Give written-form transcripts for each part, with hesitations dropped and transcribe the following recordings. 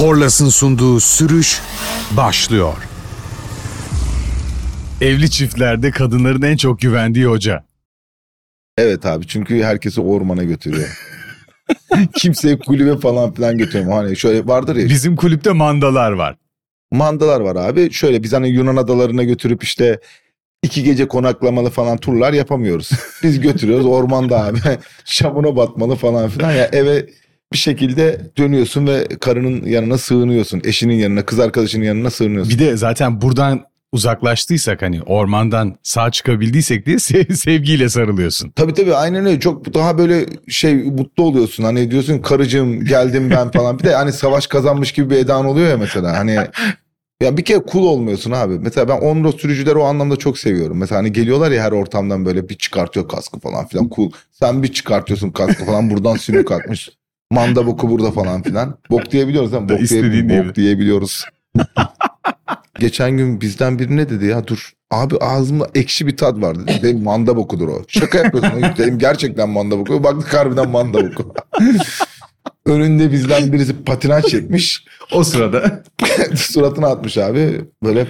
Korlas'ın sunduğu Sürüş başlıyor. Evli çiftlerde kadınların en çok güvendiği hoca. Evet abi, çünkü herkesi ormana götürüyor. Kimseyi kulübe falan filan götürüyor. Hani şöyle vardır ya. Bizim kulüpte mandalar var. Mandalar var abi. Şöyle biz hani Yunan adalarına götürüp işte 2 gece konaklamalı falan turlar yapamıyoruz. Biz götürüyoruz ormanda abi. Şamuna batmalı falan filan. Ya eve bir şekilde dönüyorsun ve karının yanına sığınıyorsun. Eşinin yanına, kız arkadaşının yanına sığınıyorsun. Bir de zaten buradan uzaklaştıysak, hani ormandan sağ çıkabildiysek diye sevgiyle sarılıyorsun. Tabii aynen öyle. Çok daha böyle mutlu oluyorsun. Hani diyorsun karıcığım geldim ben falan. Bir de hani savaş kazanmış gibi bir edan oluyor ya mesela. Hani ya bir kere cool olmuyorsun abi. Mesela ben on-road sürücüleri o anlamda çok seviyorum. Mesela hani geliyorlar ya her ortamdan böyle bir çıkartıyor kaskı falan filan, cool. Sen bir çıkartıyorsun kaskı falan, buradan sümük kalkmış. Manda boku burada falan filan. Bok diyebiliyoruz değil mi? Bok diyebiliyoruz. Geçen gün bizden biri ne dedi ya, dur. Abi ağzımda ekşi bir tat var dedi. Benim manda bokudur o. Şaka yapıyorsun. Dedim gerçekten manda boku. Baktık harbiden manda boku. Önünde bizden birisi patinaj çekmiş. O sırada suratına atmış abi. Böyle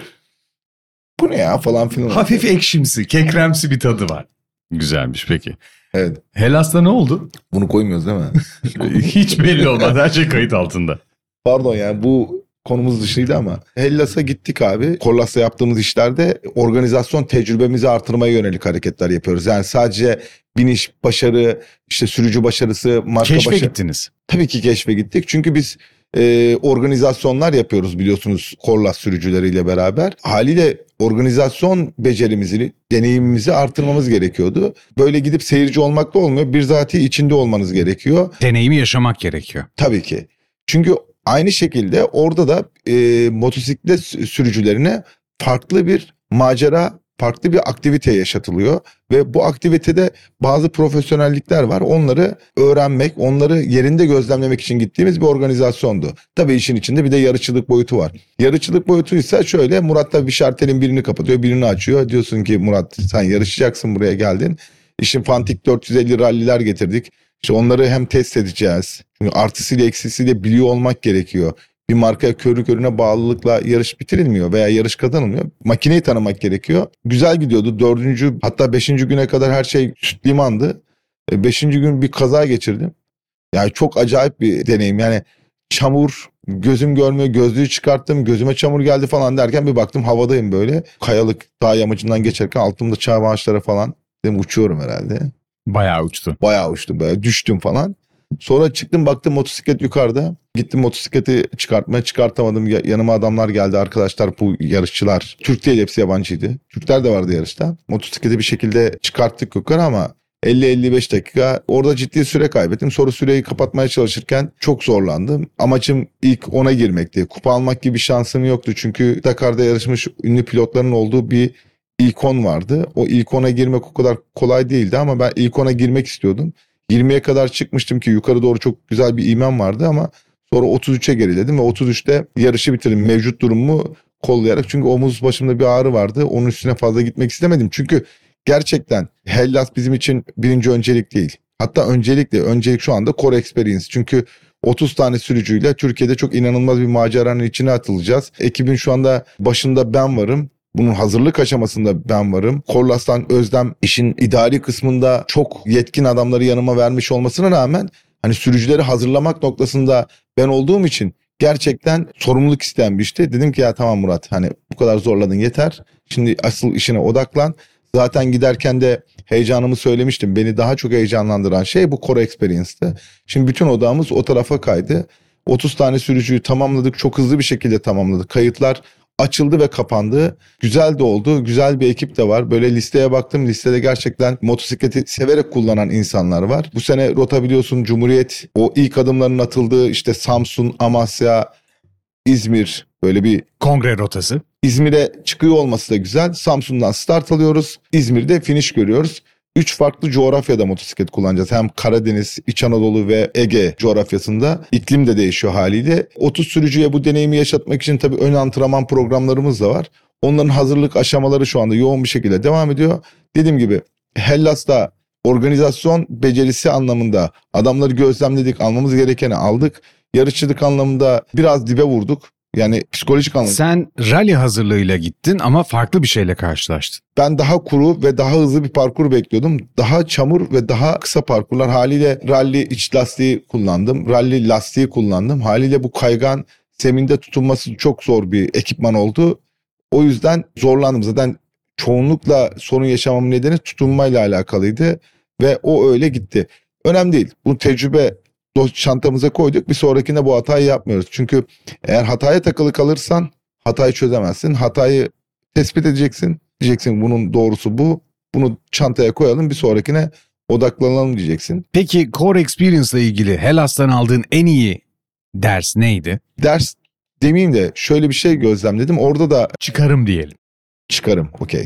bu ne ya falan filan. Hafif ekşimsi, kekremsi bir tadı var. Güzelmiş peki. Evet. Hellas'ta ne oldu? Bunu koymuyoruz değil mi? Hiç belli olmaz. Her şey kayıt altında. Pardon yani bu konumuz dışıydı ama Hellas'a gittik abi. Korlas'ta yaptığımız işlerde organizasyon tecrübemizi artırmaya yönelik hareketler yapıyoruz. Yani sadece biniş başarı, işte sürücü başarısı, marka Keşfe başarı. gittiniz. Tabii ki keşfe gittik. Çünkü biz organizasyonlar yapıyoruz biliyorsunuz Korlas sürücüleriyle beraber. Haliyle organizasyon becerimizi, deneyimimizi artırmamız gerekiyordu. Böyle gidip seyirci olmak da olmuyor. Bizatihi içinde olmanız gerekiyor. Deneyimi yaşamak gerekiyor. Tabii ki. Çünkü aynı şekilde orada da motosiklet sürücülerine farklı bir macera, farklı bir aktivite yaşatılıyor. Ve bu aktivitede bazı profesyonellikler var. Onları öğrenmek, onları yerinde gözlemlemek için gittiğimiz bir organizasyondu. Tabii işin içinde bir de yarışçılık boyutu var. Yarışçılık boyutuysa şöyle, Murat da bir şartelin birini kapatıyor, birini açıyor. Diyorsun ki Murat sen yarışacaksın, buraya geldin. İşin Fantik 450 ralliler getirdik. İşte onları hem test edeceğiz. Çünkü artısıyla eksisiyle biliyor olmak gerekiyor. Bir markaya körü körüne bağlılıkla yarış bitirilmiyor veya yarış kazanılmıyor. Makineyi tanımak gerekiyor. Güzel gidiyordu. 4. hatta 5. güne kadar her şey süt limandı. 5. gün bir kaza geçirdim. Yani çok acayip bir deneyim. Yani çamur, gözüm görmüyor, gözlüğü çıkarttım, gözüme çamur geldi falan derken bir baktım havadayım böyle. Kayalık dağ yamacından geçerken altımda çam ağaçları falan. Dedim uçuyorum herhalde. Bayağı uçtu. Bayağı uçtum, böyle düştüm falan. Sonra çıktım baktım motosiklet yukarıda. Gittim motosikleti çıkartamadım. Yanıma adamlar geldi, arkadaşlar, bu yarışçılar. Türk değil, hepsi yabancıydı. Türkler de vardı yarışta. Motosikleti bir şekilde çıkarttık yukarı ama 50-55 dakika orada ciddi süre kaybettim. Sonra süreyi kapatmaya çalışırken çok zorlandım. Amacım ilk 10'a girmekti. Kupa almak gibi şansım yoktu. Çünkü Dakar'da yarışmış ünlü pilotların olduğu bir ilk 10 vardı. O ilk 10'a girmek o kadar kolay değildi ama ben ilk 10'a girmek istiyordum. 20'ye kadar çıkmıştım ki yukarı doğru çok güzel bir ivmem vardı ama sonra 33'e geriledim ve 33'te yarışı bitirdim. Mevcut durumumu kollayarak, çünkü omuz başımda bir ağrı vardı. Onun üstüne fazla gitmek istemedim. Çünkü gerçekten Hellas bizim için birinci öncelik değil. Hatta öncelik şu anda Core Experience. Çünkü 30 tane sürücüyle Türkiye'de çok inanılmaz bir maceranın içine atılacağız. Ekibin şu anda başında ben varım. Bunun hazırlık aşamasında ben varım. Korlas'tan Özlem işin idari kısmında çok yetkin adamları yanıma vermiş olmasına rağmen hani sürücüleri hazırlamak noktasında ben olduğum için gerçekten sorumluluk isteyen bir işti. Dedim ki ya tamam Murat, hani bu kadar zorladın yeter. Şimdi asıl işine odaklan. Zaten giderken de heyecanımı söylemiştim. Beni daha çok heyecanlandıran şey bu Core Experience'tı. Şimdi bütün odağımız o tarafa kaydı. 30 tane sürücüyü tamamladık. Çok hızlı bir şekilde tamamladık. Kayıtlar açıldı ve kapandı. Güzel de oldu. Güzel bir ekip de var. Böyle listeye baktım. Listede gerçekten motosikleti severek kullanan insanlar var. Bu sene rota biliyorsun Cumhuriyet, o ilk adımların atıldığı işte Samsun, Amasya, İzmir, böyle bir kongre rotası. İzmir'e çıkıyor olması da güzel. Samsun'dan start alıyoruz. İzmir'de finish görüyoruz. 3 farklı coğrafyada motosiklet kullanacağız. Hem Karadeniz, İç Anadolu ve Ege coğrafyasında. İklim de değişiyor haliyle. 30 sürücüye bu deneyimi yaşatmak için tabii ön antrenman programlarımız da var. Onların hazırlık aşamaları şu anda yoğun bir şekilde devam ediyor. Dediğim gibi Hellas'ta organizasyon becerisi anlamında adamları gözlemledik, almamız gerekeni aldık. Yarışçılık anlamında biraz dibe vurduk. Yani psikolojik anlamda. Sen rally hazırlığıyla gittin ama farklı bir şeyle karşılaştın. Ben daha kuru ve daha hızlı bir parkur bekliyordum. Daha çamur ve daha kısa parkurlar. Haliyle rally iç lastiği kullandım. Rally lastiği kullandım. Haliyle bu kaygan zeminde tutunması çok zor bir ekipman oldu. O yüzden zorlandım. Zaten çoğunlukla sorun yaşamamın nedeni tutunmayla alakalıydı. Ve o öyle gitti. Önemli değil. Bu tecrübe çantamıza koyduk. Bir sonrakinde bu hatayı yapmıyoruz. Çünkü eğer hataya takılı kalırsan hatayı çözemezsin. Hatayı tespit edeceksin. Diyeceksin bunun doğrusu bu. Bunu çantaya koyalım, bir sonrakine odaklanalım diyeceksin. Peki Core Experience ile ilgili Hellas'tan aldığın en iyi ders neydi? Ders demeyeyim de şöyle bir şey gözlemledim. Orada da Çıkarım diyelim. çıkarım, okey.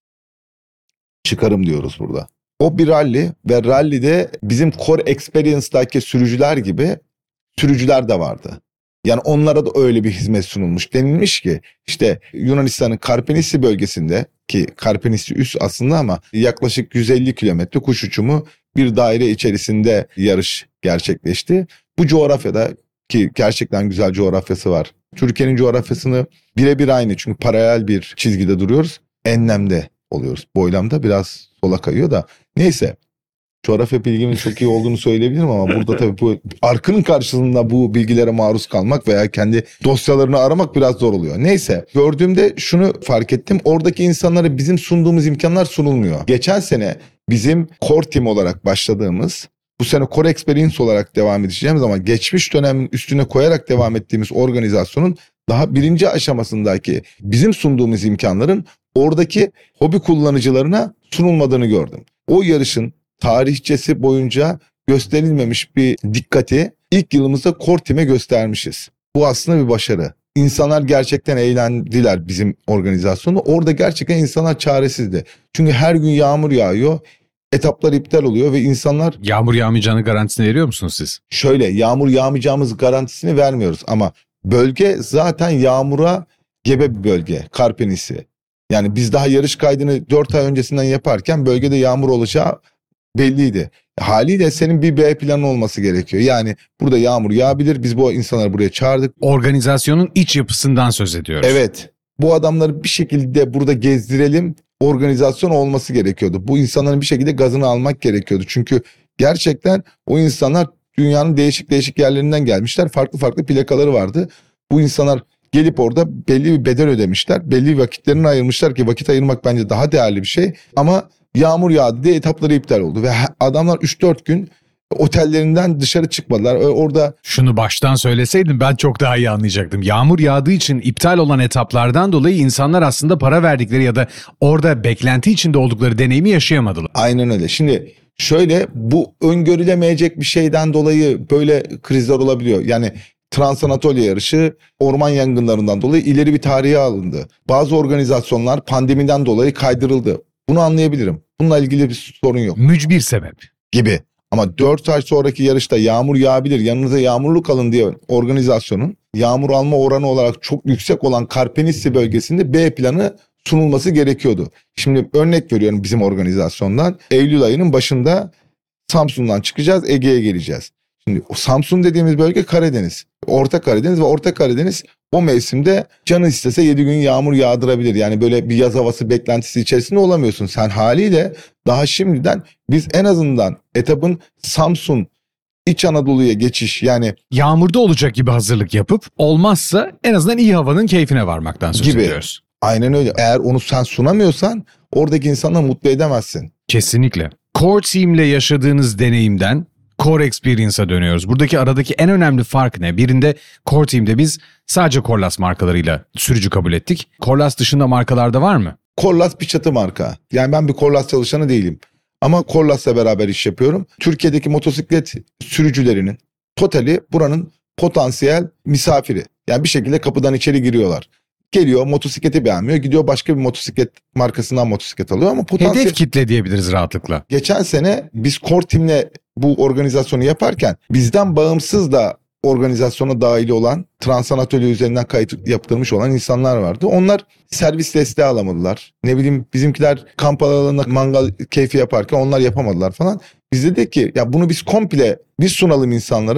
Çıkarım diyoruz burada. O bir rally ve rally'de bizim Core Experience'daki sürücüler gibi sürücüler de vardı. Yani onlara da öyle bir hizmet sunulmuş. Denilmiş ki işte Yunanistan'ın Karpenissi bölgesinde, ki Karpenissi üs aslında ama yaklaşık 150 kilometre kuş uçumu bir daire içerisinde yarış gerçekleşti. Bu coğrafyada, ki gerçekten güzel coğrafyası var. Türkiye'nin coğrafyasını birebir aynı, çünkü paralel bir çizgide duruyoruz. Enlemde oluyoruz. Boylamda biraz sola kayıyor da. Neyse. Coğrafya bilgimin çok iyi olduğunu söyleyebilirim ama burada tabii bu arkının karşısında bu bilgilere maruz kalmak veya kendi dosyalarını aramak biraz zor oluyor. Neyse, gördüğümde şunu fark ettim. Oradaki insanlara bizim sunduğumuz imkanlar sunulmuyor. Geçen sene bizim Core Team olarak başladığımız, bu sene Core Experience olarak devam edeceğimiz ama geçmiş dönemin üstüne koyarak devam ettiğimiz organizasyonun daha birinci aşamasındaki bizim sunduğumuz imkanların oradaki hobi kullanıcılarına sunulmadığını gördüm. O yarışın tarihçesi boyunca gösterilmemiş bir dikkati ilk yılımızda Core Team'e göstermişiz. Bu aslında bir başarı. İnsanlar gerçekten eğlendiler bizim organizasyonu. Orada gerçekten insanlar çaresizdi. Çünkü her gün yağmur yağıyor, etaplar iptal oluyor ve insanlar... Yağmur yağmayacağını garantisini veriyor musunuz siz? Şöyle, yağmur yağmayacağımız garantisini vermiyoruz ama bölge zaten yağmura gebe bir bölge, Karpenissi. Yani biz daha yarış kaydını 4 ay öncesinden yaparken bölgede yağmur olacağı belliydi. Haliyle senin bir B planın olması gerekiyor. Yani burada yağmur yağabilir. Biz bu insanları buraya çağırdık. Organizasyonun iç yapısından söz ediyoruz. Evet. Bu adamları bir şekilde burada gezdirelim. Organizasyon olması gerekiyordu. Bu insanların bir şekilde gazını almak gerekiyordu. Çünkü gerçekten o insanlar dünyanın değişik değişik yerlerinden gelmişler. Farklı farklı plakaları vardı. Bu insanlar gelip orada belli bir bedel ödemişler. Belli bir vakitlerini ayırmışlar ki vakit ayırmak bence daha değerli bir şey. Ama yağmur yağdı diye etapları iptal oldu ve adamlar 3-4 gün otellerinden dışarı çıkmadılar. Orada şunu baştan söyleseydin ben çok daha iyi anlayacaktım. Yağmur yağdığı için iptal olan etaplardan dolayı insanlar aslında para verdikleri ya da orada beklenti içinde oldukları deneyimi yaşayamadılar. Aynen öyle. Şimdi şöyle, bu öngörülemeyecek bir şeyden dolayı böyle krizler olabiliyor. Yani Transanatolya yarışı orman yangınlarından dolayı ileri bir tarihe alındı. Bazı organizasyonlar pandemiden dolayı kaydırıldı. Bunu anlayabilirim. Bununla ilgili bir sorun yok. Mücbir sebep. Gibi. Ama 4 ay sonraki yarışta yağmur yağabilir, yanınıza yağmurluk alın diye organizasyonun yağmur alma oranı olarak çok yüksek olan Karpenissi bölgesinde B planı sunulması gerekiyordu. Şimdi örnek veriyorum bizim organizasyondan. Eylül ayının başında Samsun'dan çıkacağız, Ege'ye geleceğiz. Şimdi o Samsun dediğimiz bölge Karadeniz. Orta Karadeniz ve Orta Karadeniz o mevsimde canı istese 7 gün yağmur yağdırabilir. Yani böyle bir yaz havası beklentisi içerisinde olamıyorsun. Sen haliyle daha şimdiden biz en azından etapın Samsun İç Anadolu'ya geçiş, yani Yağmurda olacak gibi hazırlık yapıp olmazsa en azından iyi havanın keyfine varmaktan söz gibi. ediyoruz. Aynen öyle. Eğer onu sen sunamıyorsan oradaki insanları mutlu edemezsin. Kesinlikle. Core Team'le yaşadığınız deneyimden Core Experience'a dönüyoruz. Buradaki aradaki en önemli fark ne? Birinde Core Team'de biz sadece Corlas markalarıyla sürücü kabul ettik. Corlas dışında markalarda var mı? Corlas bir çatı marka. Yani ben bir Corlas çalışanı değilim. Ama Corlas'la beraber iş yapıyorum. Türkiye'deki motosiklet sürücülerinin totali buranın potansiyel misafiri. Yani bir şekilde kapıdan içeri giriyorlar. Geliyor, motosikleti beğenmiyor, gidiyor başka bir motosiklet markasından motosiklet alıyor ama potansiyel... Hedef kitle diyebiliriz rahatlıkla. Geçen sene biz Core Team'le bu organizasyonu yaparken bizden bağımsız da organizasyona dahil olan, Transanatolya üzerinden kayıt yaptırmış olan insanlar vardı. Onlar servis desteği alamadılar. Ne bileyim, bizimkiler kamp alanında mangal keyfi yaparken onlar yapamadılar falan. Biz dedik ki ya bunu biz komple biz sunalım insanlara.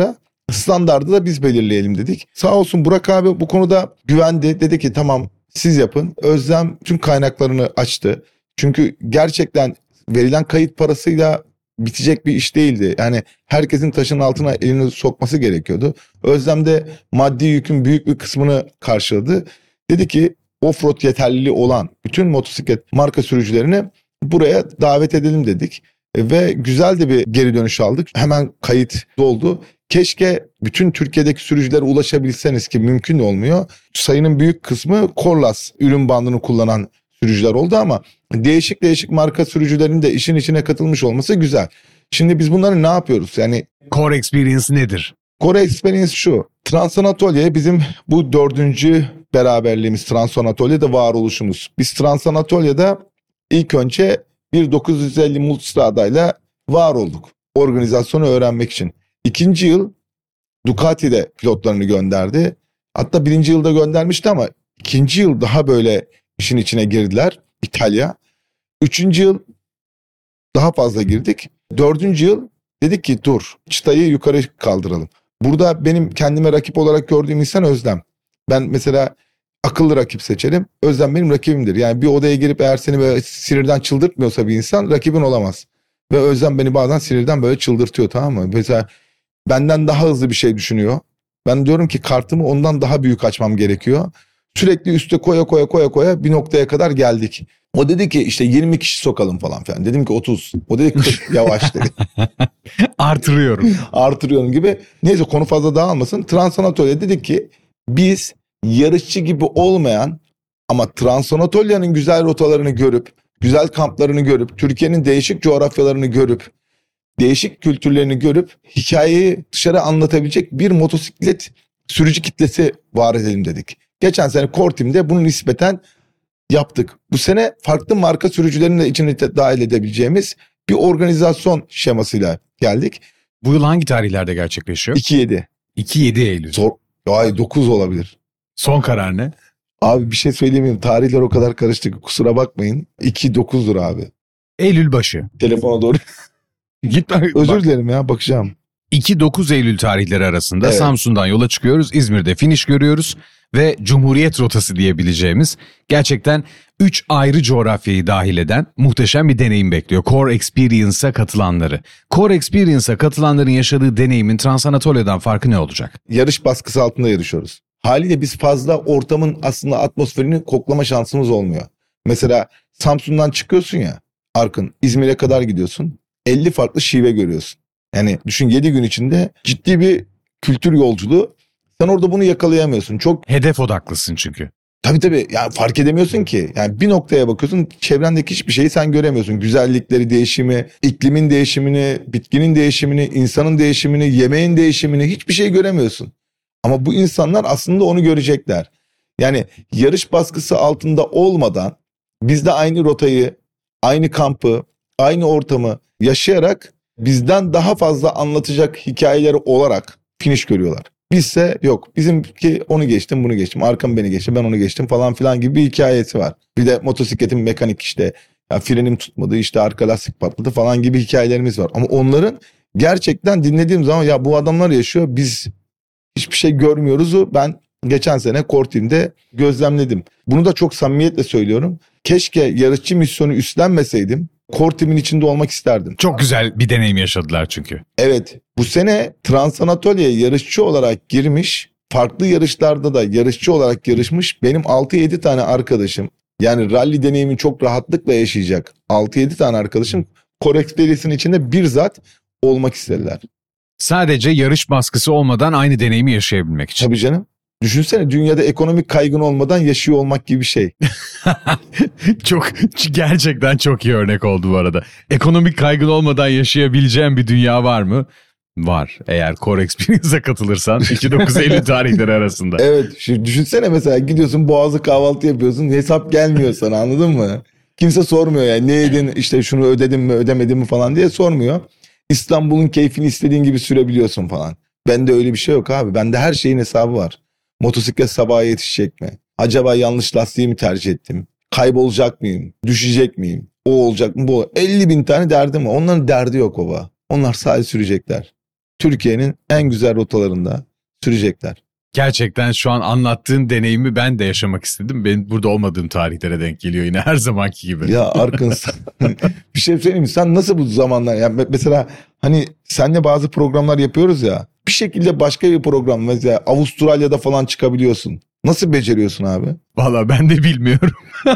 Standardı da biz belirleyelim dedik. Sağ olsun Burak abi bu konuda güvendi. Dedi ki tamam siz yapın. Özlem tüm kaynaklarını açtı. Çünkü gerçekten verilen kayıt parasıyla bitecek bir iş değildi. Yani herkesin taşın altına elini sokması gerekiyordu. Özlem de maddi yükün büyük bir kısmını karşıladı. Dedi ki offroad yeterliliği olan bütün motosiklet marka sürücülerini buraya davet edelim dedik. Ve güzel de bir geri dönüş aldık. Hemen kayıt doldu. Keşke bütün Türkiye'deki sürücülere ulaşabilseniz ki mümkün olmuyor. Sayının büyük kısmı Corlas ürün bandını kullanan sürücüler oldu ama değişik marka sürücülerin de işin içine katılmış olması güzel. Şimdi biz bunları ne yapıyoruz? Yani Core Experience nedir? Core Experience şu. Transanatolya bizim bu 4. beraberliğimiz, Transanatolya'da varoluşumuz. Biz Transanatolya'da ilk önce 1950 Multistrada'yla var olduk. Organizasyonu öğrenmek için. 2. yıl Ducati'de pilotlarını gönderdi. Hatta 1. yılda göndermişti ama 2. yıl daha böyle işin içine girdiler. İtalya. 3. yıl daha fazla girdik. 4. yıl dedik ki dur çıtayı yukarı kaldıralım. Burada benim kendime rakip olarak gördüğüm insan Özlem. Ben mesela akıllı rakip seçerim. Özlem benim rakibimdir. Yani bir odaya girip eğer seni böyle sinirden çıldırtmıyorsa bir insan rakibin olamaz. Ve Özlem beni bazen sinirden böyle çıldırtıyor, tamam mı? Mesela benden daha hızlı bir şey düşünüyor. Ben diyorum ki kartımı ondan daha büyük açmam gerekiyor. Sürekli üste koya bir noktaya kadar geldik. O dedi ki işte 20 kişi sokalım falan filan. Dedim ki 30. O dedi 40 yavaş dedi. Artırıyorum. Artırıyorum gibi. Neyse konu fazla dağılmasın. Transanatolya dedik ki biz yarışçı gibi olmayan ama Transanatolya'nın güzel rotalarını görüp, güzel kamplarını görüp, Türkiye'nin değişik coğrafyalarını görüp, değişik kültürlerini görüp hikayeyi dışarı anlatabilecek bir motosiklet sürücü kitlesi var edelim dedik. Geçen sene Core Team'de bunu nispeten yaptık. Bu sene farklı marka sürücülerini de içine dahil edebileceğimiz bir organizasyon şemasıyla geldik. Bu yıl hangi tarihlerde gerçekleşiyor? 2-7. 2-7 Eylül. Ay 9 olabilir. Son karar ne? Abi bir şey söyleyeyim, tarihler o kadar karıştı ki kusura bakmayın. 2-9'dur abi. Eylül başı. Telefona doğru. Gitme. Özür dilerim ya, bakacağım. 2-9 Eylül tarihleri arasında Evet. Samsun'dan yola çıkıyoruz. İzmir'de finish görüyoruz ve Cumhuriyet rotası diyebileceğimiz gerçekten 3 ayrı coğrafyayı dahil eden muhteşem bir deneyim bekliyor Core Experience'a katılanları. Core Experience'a katılanların yaşadığı deneyimin Transanatolia'dan farkı ne olacak? Yarış baskısı altında yarışıyoruz. Haliyle biz fazla ortamın aslında atmosferini koklama şansımız olmuyor. Mesela Samsun'dan çıkıyorsun ya Arkın, İzmir'e kadar gidiyorsun. 50 farklı şive görüyorsun. Yani düşün 7 gün içinde ciddi bir kültür yolculuğu. Sen orada bunu yakalayamıyorsun. Çok Hedef odaklısın çünkü. tabii yani fark edemiyorsun ki. Yani bir noktaya bakıyorsun, çevrendeki hiçbir şeyi sen göremiyorsun. Güzellikleri, değişimi, iklimin değişimini, bitkinin değişimini, insanın değişimini, yemeğin değişimini hiçbir şey göremiyorsun. Ama bu insanlar aslında onu görecekler. Yani yarış baskısı altında olmadan biz de aynı rotayı, aynı kampı, aynı ortamı yaşayarak bizden daha fazla anlatacak hikayeleri olarak finish görüyorlar. Bizse yok. Bizimki onu geçtim, bunu geçtim. Arkam beni geçti, ben onu geçtim falan filan gibi bir hikayesi var. Bir de motosikletin mekanik işte ya frenim tutmadı, işte arka lastik patladı falan gibi hikayelerimiz var. Ama onların gerçekten dinlediğim zaman ya bu adamlar yaşıyor, biz hiçbir şey görmüyoruzu ben geçen sene Core Team'de gözlemledim. Bunu da çok samimiyetle söylüyorum. Keşke yarışçı misyonu üstlenmeseydim. Core Team'in içinde olmak isterdim. Çok güzel bir deneyim yaşadılar çünkü. Evet, bu sene Transanatolia'ya yarışçı olarak girmiş, farklı yarışlarda da yarışçı olarak yarışmış benim 6-7 tane arkadaşım, yani rally deneyimi çok rahatlıkla yaşayacak 6-7 tane arkadaşım Core Experience'in içinde bir zat olmak istediler. Sadece yarış baskısı olmadan aynı deneyimi yaşayabilmek için. Tabii canım. Düşünsene dünyada ekonomik kaygın olmadan yaşıyor olmak gibi bir şey. Çok gerçekten çok iyi örnek oldu bu arada. Ekonomik kaygın olmadan yaşayabileceğin bir dünya var mı? Var. Eğer Core Experience'a katılırsan 2-9 Eylül tarihleri arasında. Evet, şimdi düşünsene mesela gidiyorsun Boğaz'ı kahvaltı yapıyorsun, hesap gelmiyor sana, anladın mı? Kimse sormuyor yani ne yedin, işte şunu ödedin mi ödemedin mi falan diye sormuyor. İstanbul'un keyfini istediğin gibi sürebiliyorsun falan. Bende öyle bir şey yok abi. Bende her şeyin hesabı var. Motosiklet sabaha yetişecek mi? Acaba yanlış lastiği mi tercih ettim? Kaybolacak mıyım? Düşecek miyim? O olacak mı bu? 50 bin tane derdim var. Onların derdi yok baba. Onlar sadece sürecekler. Türkiye'nin en güzel rotalarında sürecekler. Gerçekten şu an anlattığın deneyimi ben de yaşamak istedim. Benim burada olmadığım tarihlere denk geliyor yine her zamanki gibi. Ya Arkın bir şey söyleyeyim mi? Sen nasıl bu zamanlar yani mesela hani seninle bazı programlar yapıyoruz ya, bir şekilde başka bir program mesela Avustralya'da falan çıkabiliyorsun. Nasıl beceriyorsun abi? Valla ben de bilmiyorum.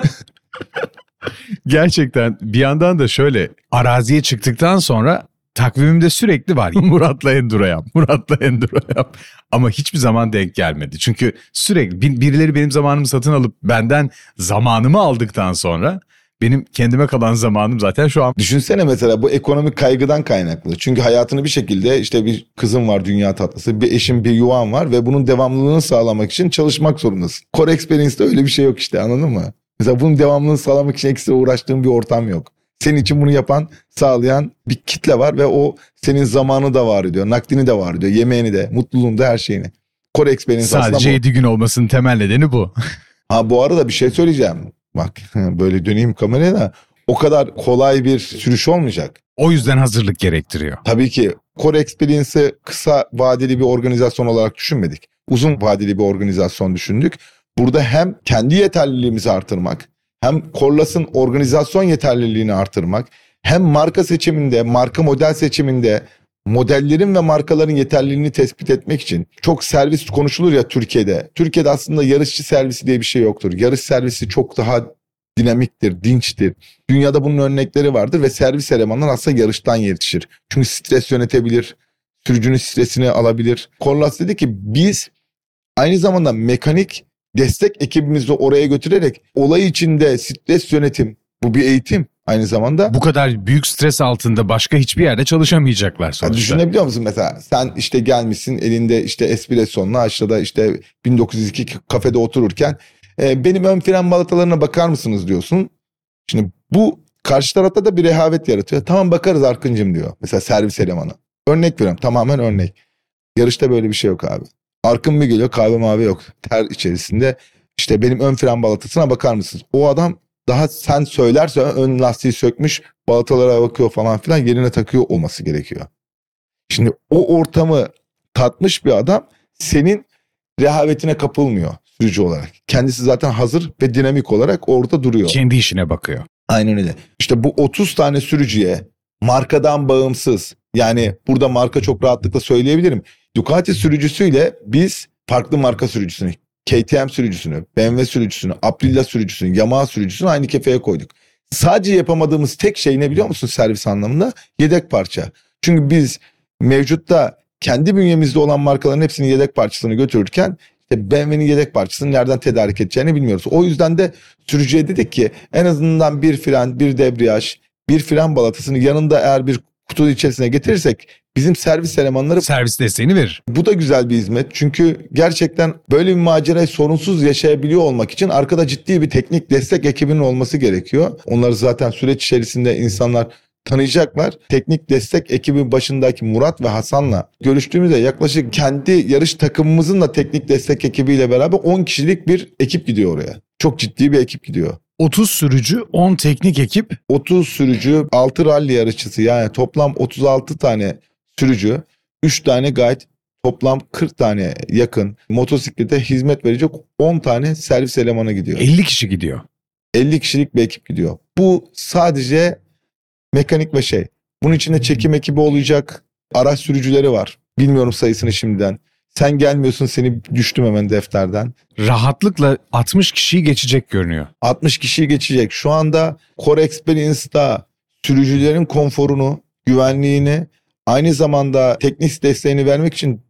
Gerçekten bir yandan da şöyle araziye çıktıktan sonra takvimimde sürekli var. Murat'la Enduro yap, Murat'la Enduro yap. Ama hiçbir zaman denk gelmedi. Çünkü sürekli birileri benim zamanımı satın alıp benden zamanımı aldıktan sonra benim kendime kalan zamanım zaten şu an. Düşünsene mesela bu ekonomik kaygıdan kaynaklı. Çünkü hayatını bir şekilde işte bir kızın var dünya tatlısı, bir eşin bir yuvan var ve bunun devamlılığını sağlamak için çalışmak zorundasın. Core Experience'de öyle bir şey yok işte, anladın mı? Mesela bunun devamlılığını sağlamak için ekstra uğraştığın bir ortam yok. Senin için bunu yapan, sağlayan bir kitle var ve o senin zamanı da var ediyor, nakdini de var ediyor, yemeğini de, mutluluğunu da, her şeyini. Core Experience sadece 7 gün olmasının temel nedeni bu. Ha bu arada bir şey söyleyeceğim. Bak böyle döneyim kameraya da, o kadar kolay bir sürüş olmayacak. O yüzden hazırlık gerektiriyor. Tabii ki Core Experience'ı kısa vadeli bir organizasyon olarak düşünmedik. Uzun vadeli bir organizasyon düşündük. Burada hem kendi yeterliliğimizi artırmak, hem Corlas'ın organizasyon yeterliliğini artırmak, hem marka seçiminde, marka model seçiminde modellerin ve markaların yeterliliğini tespit etmek için. Çok servis konuşulur ya Türkiye'de. Türkiye'de aslında yarışçı servisi diye bir şey yoktur. Yarış servisi çok daha dinamiktir, dinçtir. Dünyada bunun örnekleri vardır ve servis elemanlar aslında yarıştan yetişir. Çünkü stres yönetebilir, sürücünün stresini alabilir. Corlas dedi ki biz aynı zamanda mekanik destek ekibimizi oraya götürerek olay içinde stres yönetim, bu bir eğitim aynı zamanda. Bu kadar büyük stres altında başka hiçbir yerde çalışamayacaklar sonuçta. Düşünebiliyor musun mesela sen işte gelmişsin elinde işte espressonla aşağıda işte 1902 kafede otururken benim ön fren balatalarına bakar mısınız diyorsun. Şimdi bu karşı tarafta da bir rehavet yaratıyor. Tamam bakarız Arkıncım diyor mesela servis elemanı. Örnek veriyorum, tamamen örnek. Yarışta böyle bir şey yok abi. Arkın bir geliyor, kahve mavi yok ter içerisinde, işte benim ön fren balatasına bakar mısınız? O adam daha sen söylerse ön lastiği sökmüş, balatalara bakıyor falan filan, yerine takıyor olması gerekiyor. Şimdi o ortamı tatmış bir adam senin rehavetine kapılmıyor sürücü olarak. Kendisi zaten hazır ve dinamik olarak orada duruyor. Kendi işine bakıyor. Aynen öyle. İşte bu 30 tane sürücüye markadan bağımsız, yani burada marka çok rahatlıkla söyleyebilirim. Ducati sürücüsüyle biz farklı marka sürücüsünü, KTM sürücüsünü, BMW sürücüsünü, Aprilia sürücüsünü, Yamaha sürücüsünü aynı kefeye koyduk. Sadece yapamadığımız tek şey ne biliyor musun servis anlamında? Yedek parça. Çünkü biz mevcutta kendi bünyemizde olan markaların hepsinin yedek parçasını götürürken işte BMW'nin yedek parçasını nereden tedarik edeceğini bilmiyoruz. O yüzden de sürücüye dedik ki en azından bir fren, bir debriyaj, bir fren balatasını yanında eğer bir kutu içerisine getirirsek bizim servis elemanları servis desteğini verir. Bu da güzel bir hizmet. Çünkü gerçekten böyle bir macerayı sorunsuz yaşayabiliyor olmak için arkada ciddi bir teknik destek ekibinin olması gerekiyor. Onları zaten süreç içerisinde insanlar tanıyacaklar. Teknik destek ekibinin başındaki Murat ve Hasan'la görüştüğümüzde yaklaşık kendi yarış takımımızın da teknik destek ekibiyle beraber 10 kişilik bir ekip gidiyor oraya. Çok ciddi bir ekip gidiyor. 30 sürücü, 10 teknik ekip. 30 sürücü, 6 rally yarışçısı, yani toplam 36 tane sürücü, 3 tane guide, toplam 40 tane yakın motosiklete hizmet verecek 10 tane servis elemanı gidiyor. 50 kişi gidiyor. 50 kişilik bir ekip gidiyor. Bu sadece mekanik ve şey. Bunun içinde çekim ekibi olacak, araç sürücüleri var. Bilmiyorum sayısını şimdiden. Sen gelmiyorsun, seni düştüm hemen defterden. Rahatlıkla 60 kişiyi geçecek görünüyor. 60 kişiyi geçecek. Şu anda Core Experience'da sürücülerin konforunu, güvenliğini, aynı zamanda teknik desteğini vermek için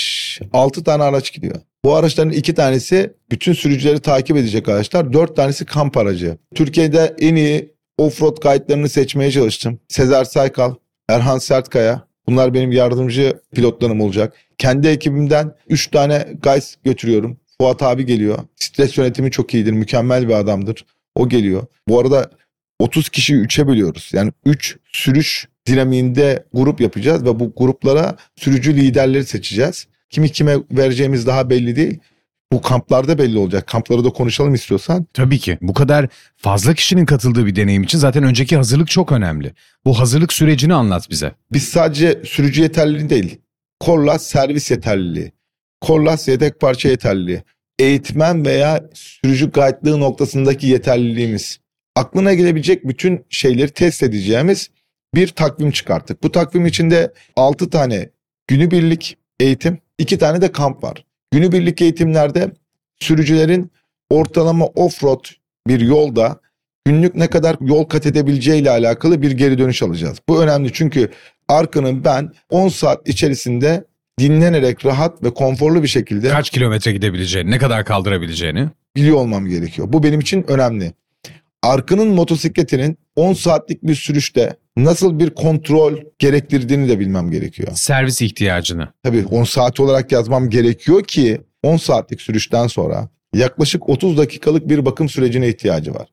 5-6 tane araç gidiyor. Bu araçların 2 tanesi bütün sürücüleri takip edecek araçlar. 4 tanesi kamp aracı. Türkiye'de en iyi offroad guide'larını seçmeye çalıştım. Sezer Saykal, Erhan Sertkaya. Bunlar benim yardımcı pilotlarım olacak. Kendi ekibimden 3 tane guide götürüyorum. Fuat abi geliyor. Stres yönetimi çok iyidir. Mükemmel bir adamdır. O geliyor. Bu arada 30 kişiyi 3'e bölüyoruz. Yani 3 sürüş dinamiğinde grup yapacağız ve bu gruplara sürücü liderleri seçeceğiz. Kimi kime vereceğimiz daha belli değil. Bu kamplarda belli olacak. Kampları da konuşalım istiyorsan. Tabii ki. Bu kadar fazla kişinin katıldığı bir deneyim için zaten önceki hazırlık çok önemli. Bu hazırlık sürecini anlat bize. Biz sadece sürücü yeterliliği değil, Korlas servis yeterliliği, Korlas yedek parça yeterliliği, eğitmen veya sürücü guide'lığı noktasındaki yeterliliğimiz. Aklına gelebilecek bütün şeyleri test edeceğimiz bir takvim çıkarttık. Bu takvim içinde 6 tane günübirlik eğitim, 2 tane de kamp var. Günübirlik eğitimlerde sürücülerin ortalama off-road bir yolda günlük ne kadar yol kat edebileceği ile alakalı bir geri dönüş alacağız. Bu önemli çünkü Arkın'ın ben 10 saat içerisinde dinlenerek rahat ve konforlu bir şekilde Kaç kilometre gidebileceğini, ne kadar kaldırabileceğini. biliyor olmam gerekiyor. Bu benim için önemli. Arkın'ın motosikletinin 10 saatlik bir sürüşte nasıl bir kontrol gerektirdiğini de bilmem gerekiyor. Servis ihtiyacını. Tabii 10 saat olarak yazmam gerekiyor ki 10 saatlik sürüşten sonra yaklaşık 30 dakikalık bir bakım sürecine ihtiyacı var.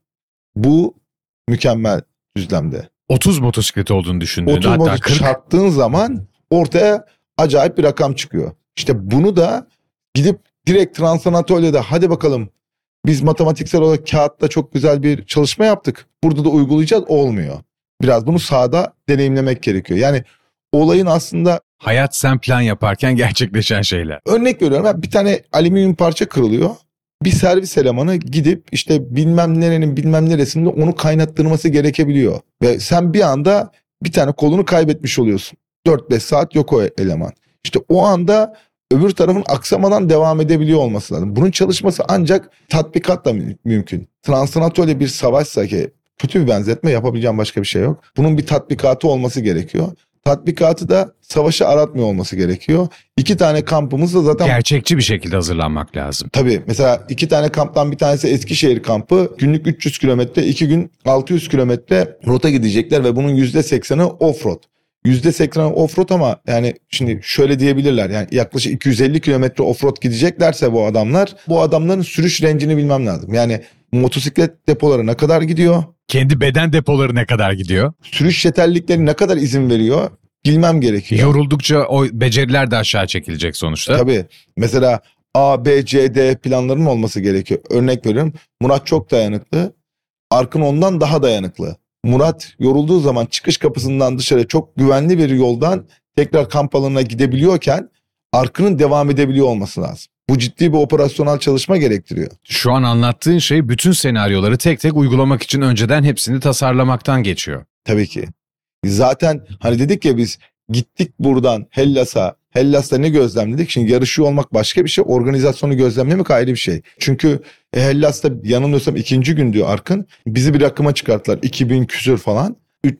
Bu mükemmel düzlemde. 30 motosiklet olduğunu düşündüğünde 30 hatta motosiklet 40. çarptığın zaman ortaya acayip bir rakam çıkıyor. İşte bunu da gidip direkt Transanatolia'da hadi bakalım biz matematiksel olarak kağıtta çok güzel bir çalışma yaptık. Burada da uygulayacağız olmuyor. Biraz bunu sahada deneyimlemek gerekiyor. Yani olayın aslında Hayat sen plan yaparken gerçekleşen şeyler. örnek veriyorum. Bir tane alüminyum parça kırılıyor. Bir servis elemanı gidip işte bilmem nerenin bilmem neresinde onu kaynattırması gerekebiliyor. Ve sen bir anda bir tane kolunu kaybetmiş oluyorsun. 4-5 saat yok o eleman. İşte o anda öbür tarafın aksamadan devam edebiliyor olması lazım. Bunun çalışması ancak tatbikatla mümkün. Transanatolya bir savaşsa ki kötü bir benzetme yapabileceğim başka bir şey yok. Bunun bir tatbikatı olması gerekiyor. Tatbikatı da savaşı aratmıyor olması gerekiyor. 2 tane kampımız da zaten... Gerçekçi bir şekilde hazırlanmak lazım. Tabii mesela 2 tane kamptan bir tanesi Eskişehir kampı. Günlük 300 kilometre, 2 gün 600 kilometre rota gidecekler ve bunun %80'i off-road. %80'i off-road ama yani şimdi şöyle diyebilirler. Yani yaklaşık 250 kilometre off-road gideceklerse bu adamların sürüş rencini bilmem lazım. Yani motosiklet depoları ne kadar gidiyor? Kendi beden depoları ne kadar gidiyor? Sürüş yeterlilikleri ne kadar izin veriyor? Bilmem gerekiyor. Yoruldukça o beceriler de aşağı çekilecek sonuçta. Tabii. Mesela A, B, C, D planlarının olması gerekiyor. Örnek veriyorum. Murat çok dayanıklı. Arkın ondan daha dayanıklı. Murat yorulduğu zaman çıkış kapısından dışarı çok güvenli bir yoldan tekrar kamp alanına gidebiliyorken Arkın'ın devam edebiliyor olması lazım. Bu ciddi bir operasyonel çalışma gerektiriyor. Şu an anlattığın şey bütün senaryoları tek tek uygulamak için önceden hepsini tasarlamaktan geçiyor. Tabii ki. Zaten hani dedik ya biz gittik buradan Hellas'a. Hellas'ta ne gözlemledik? Şimdi yarışıyor olmak başka bir şey. Organizasyonu gözlemlemek ayrı bir şey. Çünkü Hellas'ta yanılmıyorsam 2. gün diyor Arkın. Bizi bir rakıma çıkarttılar. 2000 küsür falan.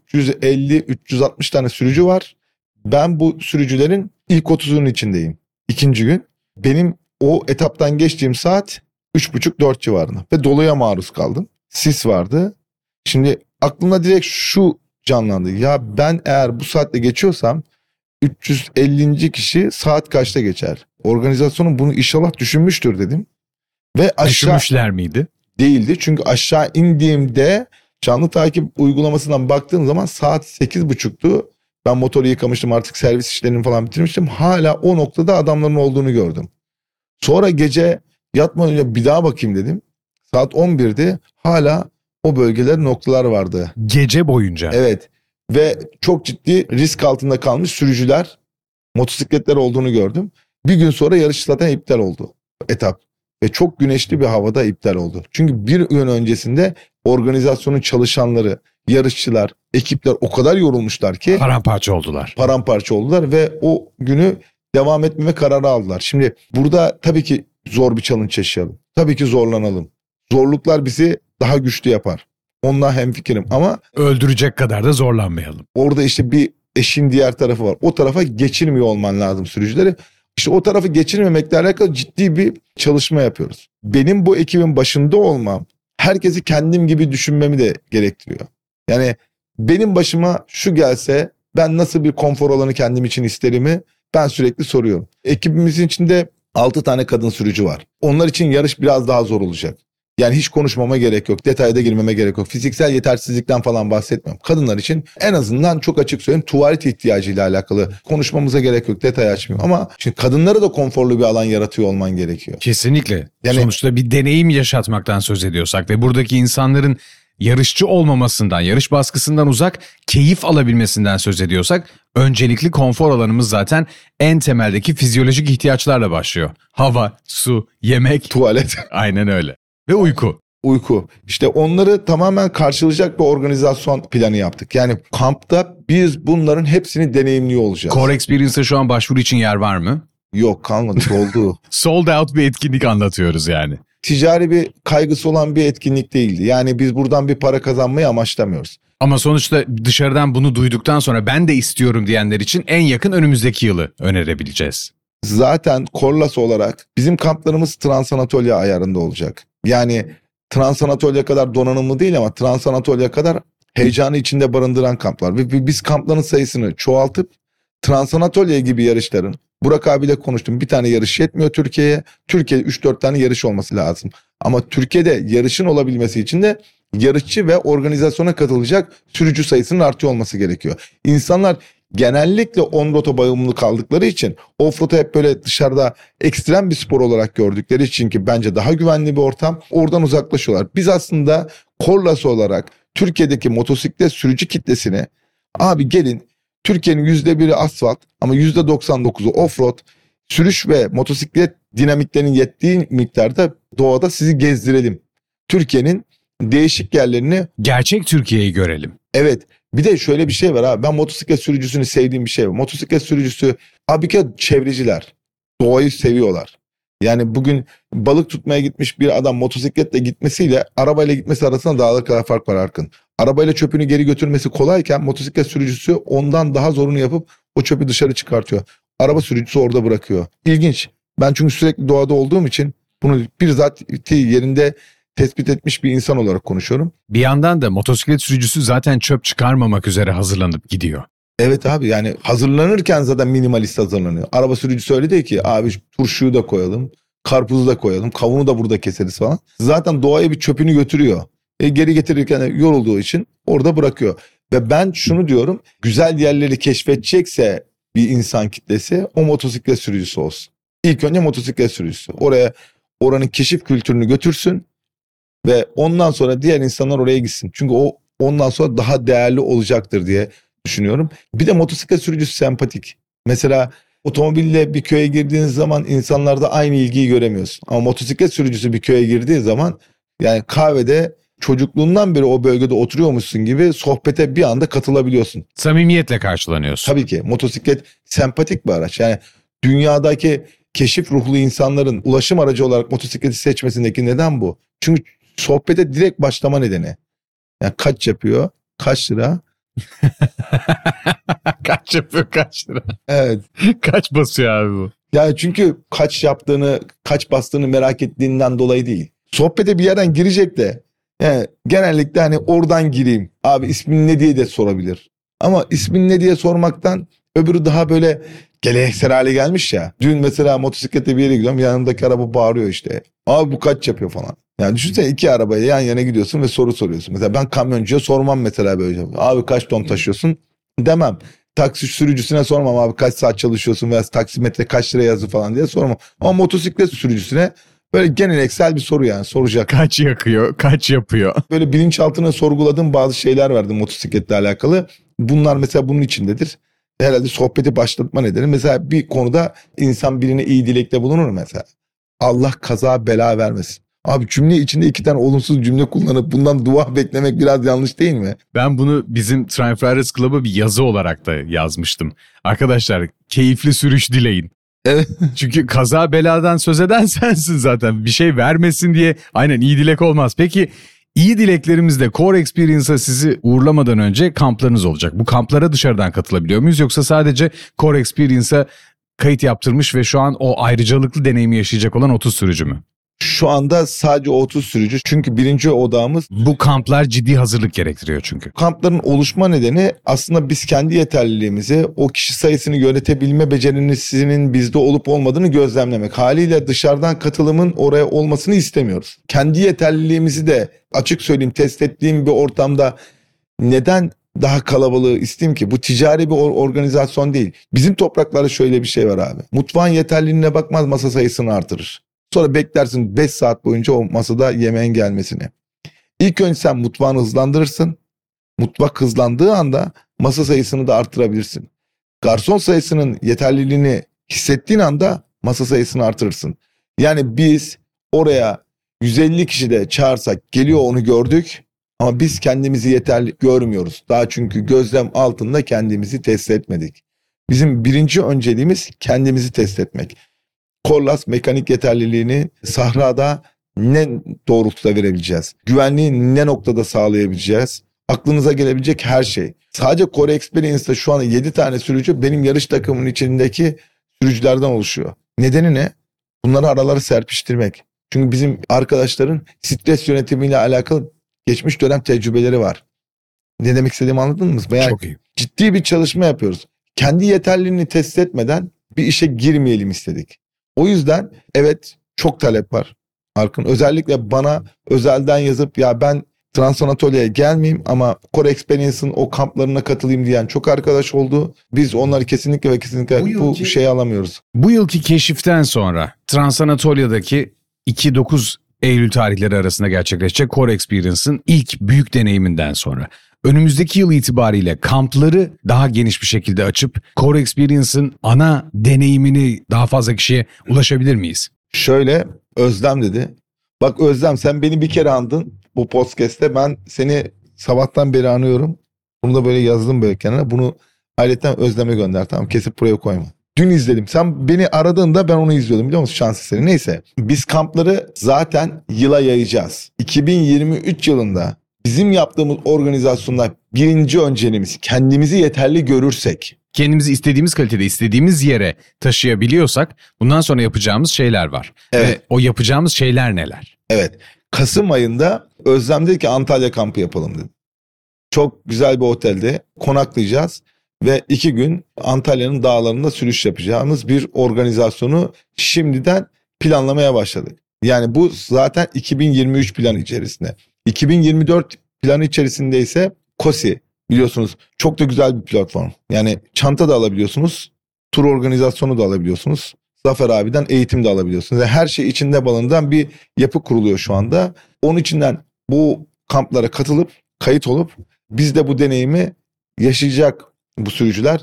350-360 tane sürücü var. Ben bu sürücülerin ilk 30'unun içindeyim. 2. gün. Benim o etaptan geçtiğim saat 3.30-4 civarında. Ve doluya maruz kaldım. Sis vardı. Şimdi aklımda direkt şu canlandı. Ya ben eğer bu saatte geçiyorsam 350. kişi saat kaçta geçer? Organizasyonun bunu inşallah düşünmüştür dedim. Ve aşağı Düşünmüşler miydi? değildi. Çünkü aşağı indiğimde canlı takip uygulamasından baktığım zaman saat 8.30'tu. Ben motoru yıkamıştım, artık servis işlerini falan bitirmiştim. Hala o noktada adamların olduğunu gördüm. Sonra gece yatmadan önce bir daha bakayım dedim. Saat 11'di. Hala o bölgeler noktalar vardı. Gece boyunca. Evet. Ve çok ciddi risk altında kalmış sürücüler, motosikletler olduğunu gördüm. Bir gün sonra yarış zaten iptal oldu etap. Ve çok güneşli bir havada iptal oldu. Çünkü bir gün öncesinde organizasyonun çalışanları, yarışçılar, ekipler o kadar yorulmuşlar ki Paramparça oldular. paramparça oldular ve o günü devam etmeme kararı aldılar. Şimdi burada tabii ki zor bir challenge yaşayalım. Tabii ki zorlanalım. Zorluklar bizi daha güçlü yapar. Onunla hemfikirim ama Öldürecek kadar da zorlanmayalım. orada işte bir eşin diğer tarafı var. O tarafa geçirmiyor olman lazım sürücüleri. İşte o tarafı geçirmemekle alakalı ciddi bir çalışma yapıyoruz. Benim bu ekibin başında olmam herkesi kendim gibi düşünmemi de gerektiriyor. Yani benim başıma şu gelse ben nasıl bir konfor alanı kendim için isterimi ben sürekli soruyorum. Ekibimizin içinde 6 tane kadın sürücü var. Onlar için yarış biraz daha zor olacak. Yani hiç konuşmama gerek yok. Detayda girmeme gerek yok. Fiziksel yetersizlikten falan bahsetmiyorum. Kadınlar için en azından çok açık söyleyeyim tuvalet ihtiyacıyla alakalı konuşmamıza gerek yok. Detay açmıyorum. Ama şimdi kadınlara da konforlu bir alan yaratıyor olman gerekiyor. Kesinlikle. Yani- Sonuçta bir deneyim yaşatmaktan söz ediyorsak ve buradaki insanların yarışçı olmamasından, yarış baskısından uzak, keyif alabilmesinden söz ediyorsak, öncelikli konfor alanımız zaten en temeldeki fizyolojik ihtiyaçlarla başlıyor. Hava, su, yemek, Tuvalet, aynen öyle. Ve uyku. uyku. İşte onları tamamen karşılayacak bir organizasyon planı yaptık. Yani kampta biz bunların hepsini deneyimliyor olacağız. Core Experience'a şu an başvuru için yer var mı? Yok, kalmadı, doldu. Sold out bir etkinlik anlatıyoruz yani. Ticari bir kaygısı olan bir etkinlik değildi. Yani biz buradan bir para kazanmayı amaçlamıyoruz. Ama sonuçta dışarıdan bunu duyduktan sonra ben de istiyorum diyenler için en yakın önümüzdeki yılı önerebileceğiz. Zaten Korlas olarak bizim kamplarımız Trans Anatolia ayarında olacak. Yani Trans Anatolia kadar donanımlı değil ama Trans Anatolia kadar heyecanı içinde barındıran kamplar. Ve biz kampların sayısını çoğaltıp Trans Anatolia gibi yarışların, Burak abiyle konuştum, bir tane yarış yetmiyor Türkiye'ye. Türkiye'de 3-4 tane yarış olması lazım. Ama Türkiye'de yarışın olabilmesi için de yarışçı ve organizasyona katılacak sürücü sayısının artıyor olması gerekiyor. İnsanlar genellikle on-road'a bağımlı kaldıkları için off-road'u hep böyle dışarıda ekstrem bir spor olarak gördükleri için, ki bence daha güvenli bir ortam, oradan uzaklaşıyorlar. Biz aslında Korlas olarak Türkiye'deki motosiklet sürücü kitlesini, abi gelin Türkiye'nin %1'i asfalt ama %99'u off-road, sürüş ve motosiklet dinamiklerinin yettiği miktarda doğada sizi gezdirelim. Türkiye'nin değişik yerlerini. Gerçek Türkiye'yi görelim. Evet, bir de şöyle bir şey var abi, ben motosiklet sürücüsünü sevdiğim bir şey var. Motosiklet sürücüsü abi ki çevreciler, doğayı seviyorlar. Yani bugün balık tutmaya gitmiş bir adam motosikletle gitmesiyle arabayla gitmesi arasında dağlar kadar fark var Arkın. Arabayla çöpünü geri götürmesi kolayken motosiklet sürücüsü ondan daha zorunu yapıp o çöpü dışarı çıkartıyor. Araba sürücüsü orada bırakıyor. İlginç. Ben çünkü sürekli doğada olduğum için bunu bizzat yerinde tespit etmiş bir insan olarak konuşuyorum. Bir yandan da motosiklet sürücüsü zaten çöp çıkarmamak üzere hazırlanıp gidiyor. Evet abi, yani hazırlanırken zaten minimalist hazırlanıyor. Araba sürücüsü öyle değil ki abi turşuyu da koyalım, karpuzu da koyalım, kavunu da burada keseriz falan. Zaten doğaya bir çöpünü götürüyor. Geri getirirken yorulduğu için orada bırakıyor. Ve ben şunu diyorum, güzel yerleri keşfedecekse bir insan kitlesi o motosiklet sürücüsü olsun. İlk önce motosiklet sürücüsü. Oranın keşif kültürünü götürsün ve ondan sonra diğer insanlar oraya gitsin. Çünkü o ondan sonra daha değerli olacaktır diye düşünüyorum. Bir de motosiklet sürücüsü sempatik. Mesela otomobille bir köye girdiğiniz zaman insanlarda aynı ilgiyi göremiyorsun. Ama motosiklet sürücüsü bir köye girdiği zaman, yani kahvede çocukluğundan beri o bölgede oturuyormuşsun gibi sohbete bir anda katılabiliyorsun. Samimiyetle karşılanıyorsun. Tabii ki motosiklet sempatik bir araç. Yani dünyadaki keşif ruhlu insanların ulaşım aracı olarak motosikleti seçmesindeki neden bu. Çünkü sohbete direkt başlama nedeni. Yani kaç yapıyor, kaç lira? Kaç yapıyor, kaç lira? Evet. Kaç basıyor abi bu? Yani çünkü kaç yaptığını, kaç bastığını merak ettiğinden dolayı değil. Sohbete bir yerden girecek de yani genellikle hani oradan gireyim. Abi ismin ne diye de sorabilir. Ama ismin ne diye sormaktan öbürü daha böyle geleneksel hale gelmiş ya. Dün mesela motosikletle bir yere gidiyorum, yanımdaki araba bağırıyor işte. Abi bu kaç yapıyor falan. Yani düşünsene, iki arabayla yan yana gidiyorsun ve soru soruyorsun. Mesela ben kamyoncuya sormam mesela böyle. Abi kaç ton taşıyorsun demem. Taksi sürücüsüne sormam, abi kaç saat çalışıyorsun veya taksimetre kaç lira yazı falan diye sormam. Ama motosiklet sürücüsüne böyle geleneksel bir soru, yani soracak. Kaç yakıyor, kaç yapıyor? Böyle bilinçaltına sorguladığım bazı şeyler vardı motosikletle alakalı. Bunlar mesela bunun içindedir. Herhalde sohbeti başlatma nedeni. Mesela bir konuda insan birine iyi dilekte bulunur mesela. Allah kaza bela vermesin. Abi cümle içinde iki tane olumsuz cümle kullanıp bundan dua beklemek biraz yanlış değil mi? Ben bunu bizim Triumph Riders Club'a bir yazı olarak da yazmıştım. Arkadaşlar keyifli sürüş dileyin. Evet. Çünkü kaza beladan söz eden sensin zaten. Bir şey vermesin diye aynen iyi dilek olmaz. Peki iyi dileklerimizde Core Experience'a sizi uğurlamadan önce kamplarınız olacak. Bu kamplara dışarıdan katılabiliyor muyuz, yoksa sadece Core Experience'a kayıt yaptırmış ve şu an o ayrıcalıklı deneyimi yaşayacak olan 30 sürücü mü? Şu anda sadece 30 sürücü, çünkü birinci odağımız Bu kamplar ciddi hazırlık gerektiriyor çünkü. kampların oluşma nedeni aslında biz kendi yeterliliğimizi, o kişi sayısını yönetebilme becerimizin bizde olup olmadığını gözlemlemek. Haliyle dışarıdan katılımın oraya olmasını istemiyoruz. Kendi yeterliliğimizi de açık söyleyeyim test ettiğim bir ortamda neden daha kalabalığı isteyeyim ki? Bu ticari bir organizasyon değil. Bizim topraklarda şöyle bir şey var abi. Mutfağın yeterliliğine bakmaz, masa sayısını artırır. Sonra beklersin 5 saat boyunca o masada yemeğin gelmesini. İlk önce sen mutfağını hızlandırırsın. Mutfak hızlandığı anda masa sayısını da arttırabilirsin. Garson sayısının yeterliliğini hissettiğin anda masa sayısını artırırsın. Yani biz oraya 150 kişi de çağırsak geliyor, onu gördük. Ama biz kendimizi yeterli görmüyoruz. Daha çünkü gözlem altında kendimizi test etmedik. Bizim birinci önceliğimiz kendimizi test etmek. Korlas mekanik yeterliliğini sahrada ne doğrultuda verebileceğiz? Güvenliği ne noktada sağlayabileceğiz? Aklınıza gelebilecek her şey. Sadece Core Experience'da şu an 7 tane sürücü benim yarış takımının içindeki sürücülerden oluşuyor. Nedeni ne? Bunları aralara serpiştirmek. Çünkü bizim arkadaşların stres yönetimiyle alakalı geçmiş dönem tecrübeleri var. Ne demek istediğimi anladın mı? Yani Çok iyi. ciddi bir çalışma yapıyoruz. Kendi yeterliliğini test etmeden bir işe girmeyelim istedik. O yüzden evet, çok talep var. Arkın özellikle bana özelden yazıp ya ben Transanatolia'ya gelmeyeyim ama Core Experience'ın o kamplarına katılayım diyen çok arkadaş oldu. Biz onları kesinlikle ve kesinlikle bu şeyi alamıyoruz. Bu yılki keşiften sonra Transanatolia'daki 2-9 Eylül tarihleri arasında gerçekleşecek Core Experience'ın ilk büyük deneyiminden sonra önümüzdeki yıl itibariyle kampları daha geniş bir şekilde açıp Core Experience'ın ana deneyimini daha fazla kişiye ulaşabilir miyiz? Şöyle, Özlem dedi. Bak Özlem, sen beni bir kere andın bu podcast'te, ben seni sabahtan beri anıyorum. Bunu da böyle yazdım böyle kenara. Bunu ayrıca Özlem'e gönder, tamam, kesip buraya koyma. Dün izledim. Sen beni aradığında ben onu izliyordum, biliyor musun, şans eseri. Neyse, biz kampları zaten yıla yayacağız. 2023 yılında bizim yaptığımız organizasyonda birinci önceliğimiz kendimizi yeterli görürsek. Kendimizi istediğimiz kalitede, istediğimiz yere taşıyabiliyorsak bundan sonra yapacağımız şeyler var. Evet. Ve o yapacağımız şeyler neler? Evet. Kasım ayında Özlem dedi ki Antalya kampı yapalım dedi. Çok güzel bir otelde konaklayacağız ve 2 gün Antalya'nın dağlarında sürüş yapacağımız bir organizasyonu şimdiden planlamaya başladık. Yani bu zaten 2023 planı içerisinde. 2024 planı içerisinde ise Kosi, biliyorsunuz, çok da güzel bir platform. Yani çanta da alabiliyorsunuz, tur organizasyonu da alabiliyorsunuz. Zafer abiden eğitim de alabiliyorsunuz. Yani her şey içinde barındıran bir yapı kuruluyor şu anda. Onun içinden bu kamplara katılıp, kayıt olup biz de bu deneyimi yaşayacak bu sürücüler